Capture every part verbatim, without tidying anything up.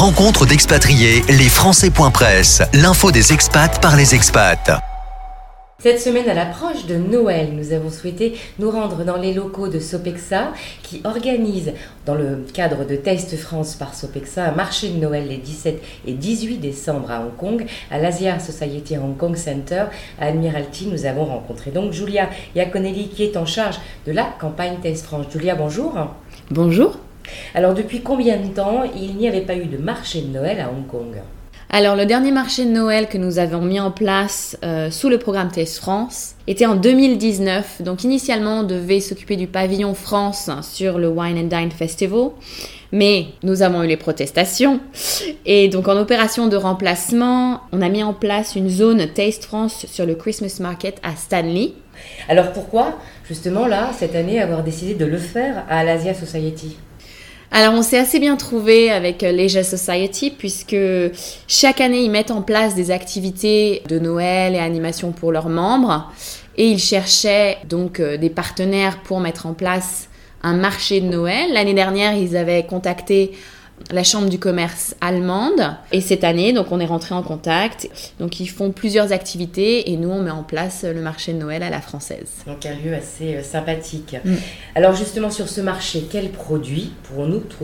Rencontre d'expatriés, les Français point presse, l'info des expats par les expats. Cette semaine, à l'approche de Noël, nous avons souhaité nous rendre dans les locaux de Sopexa qui organise, dans le cadre de Taste France par Sopexa, un marché de Noël les dix-sept et dix-huit décembre à Hong Kong, à l'Asia Society Hong Kong Center, à Admiralty. Nous avons rencontré donc Julia Iaconelli qui est en charge de la campagne Taste France. Julia, bonjour. Bonjour. Alors, depuis combien de temps il n'y avait pas eu de marché de Noël à Hong Kong ? Alors, le dernier marché de Noël que nous avons mis en place euh, sous le programme Taste France était en deux mille dix-neuf. Donc, initialement, on devait s'occuper du pavillon France sur le Wine and Dine Festival. Mais nous avons eu les protestations. Et donc, en opération de remplacement, on a mis en place une zone Taste France sur le Christmas Market à Stanley. Alors, pourquoi, justement, là, cette année, avoir décidé de le faire à l'Asia Society ? Alors, on s'est assez bien trouvé avec l'Asia Society puisque chaque année, ils mettent en place des activités de Noël et animations pour leurs membres. Et ils cherchaient donc des partenaires pour mettre en place un marché de Noël. L'année dernière, ils avaient contacté la Chambre du commerce allemande. Et cette année, donc, on est rentré en contact. Donc, ils font plusieurs activités et nous, on met en place le marché de Noël à la française. Donc, un lieu assez euh, sympathique. Mm. Alors, justement, sur ce marché, quels produits pourrons-nous trouver ?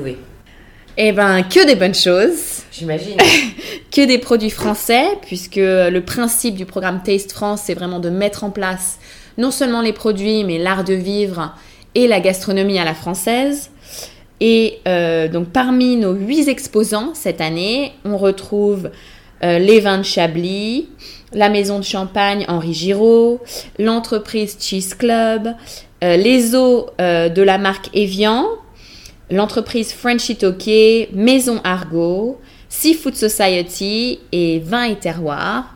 Eh ben, que des bonnes choses. J'imagine. Que des produits français, puisque le principe du programme Taste France, c'est vraiment de mettre en place non seulement les produits, mais l'art de vivre et la gastronomie à la française. Et euh, donc, parmi nos huit exposants cette année, on retrouve euh, les vins de Chablis, la maison de champagne Henri Giraud, l'entreprise Cheese Club, euh, les eaux euh, de la marque Evian, l'entreprise Frenchy Tokay, Maison Argot, Seafood Society et Vins et Terroirs.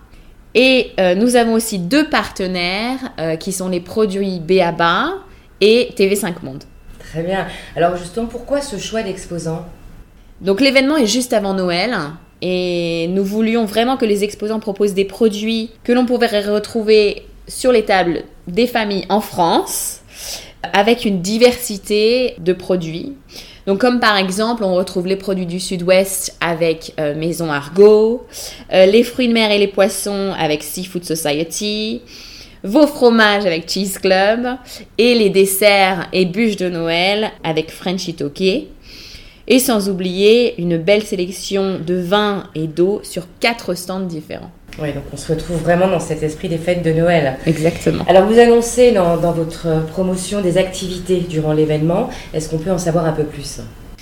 Et euh, nous avons aussi deux partenaires euh, qui sont les produits B A B A et T V cinq Monde. Très bien. Alors justement, pourquoi ce choix d'exposants ? Donc l'événement est juste avant Noël et nous voulions vraiment que les exposants proposent des produits que l'on pourrait retrouver sur les tables des familles en France avec une diversité de produits. Donc comme par exemple, on retrouve les produits du Sud-Ouest avec euh, Maison Argot, euh, les fruits de mer et les poissons avec Seafood Society, vos fromages avec Cheese Club et les desserts et bûches de Noël avec Frenchy Tokay. Et sans oublier une belle sélection de vins et d'eau sur quatre stands différents. Oui, donc on se retrouve vraiment dans cet esprit des fêtes de Noël. Exactement. Alors vous annoncez dans, dans votre promotion des activités durant l'événement. Est-ce qu'on peut en savoir un peu plus ?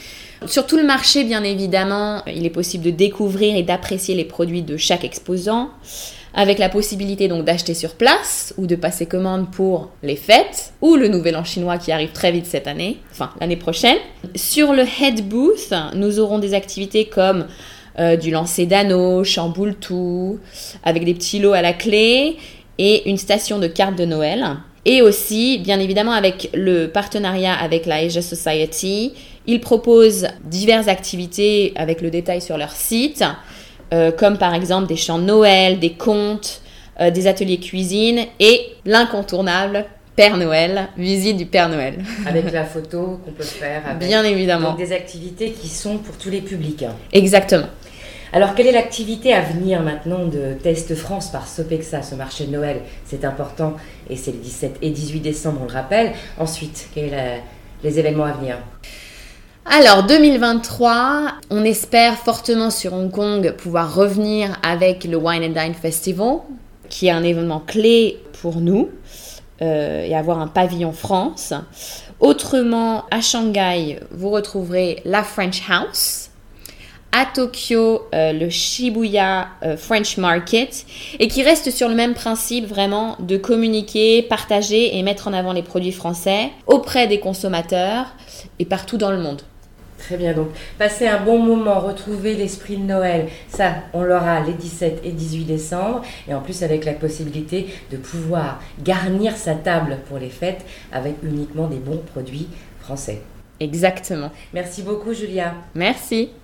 Sur tout le marché, bien évidemment, il est possible de découvrir et d'apprécier les produits de chaque exposant, avec la possibilité donc d'acheter sur place ou de passer commande pour les fêtes ou le Nouvel An chinois qui arrive très vite cette année, enfin l'année prochaine. Sur le Head Booth, nous aurons des activités comme euh, du lancer d'anneaux, chamboule-tout, avec des petits lots à la clé et une station de cartes de Noël. Et aussi, bien évidemment, avec le partenariat avec la Asia Society, ils proposent diverses activités avec le détail sur leur site, euh, comme par exemple des chants de Noël, des contes, euh, des ateliers cuisine et l'incontournable Père Noël, visite du Père Noël. Avec la photo qu'on peut faire. Avec bien évidemment. Donc des activités qui sont pour tous les publics. Exactement. Alors, quelle est l'activité à venir maintenant de Taste France par Sopexa, ce marché de Noël ? C'est important et c'est le dix-sept et dix-huit décembre, on le rappelle. Ensuite, quels sont les événements à venir ? Alors, deux mille vingt-trois, on espère fortement sur Hong Kong pouvoir revenir avec le Wine and Dine Festival, qui est un événement clé pour nous, euh, et avoir un pavillon France. Autrement, à Shanghai, vous retrouverez la French House. À Tokyo, euh, le Shibuya euh, French Market, et qui reste sur le même principe vraiment de communiquer, partager et mettre en avant les produits français auprès des consommateurs et partout dans le monde. Très bien, donc passer un bon moment, retrouver l'esprit de Noël, ça on l'aura les dix-sept et dix-huit décembre, et en plus avec la possibilité de pouvoir garnir sa table pour les fêtes avec uniquement des bons produits français. Exactement. Merci beaucoup Julia. Merci.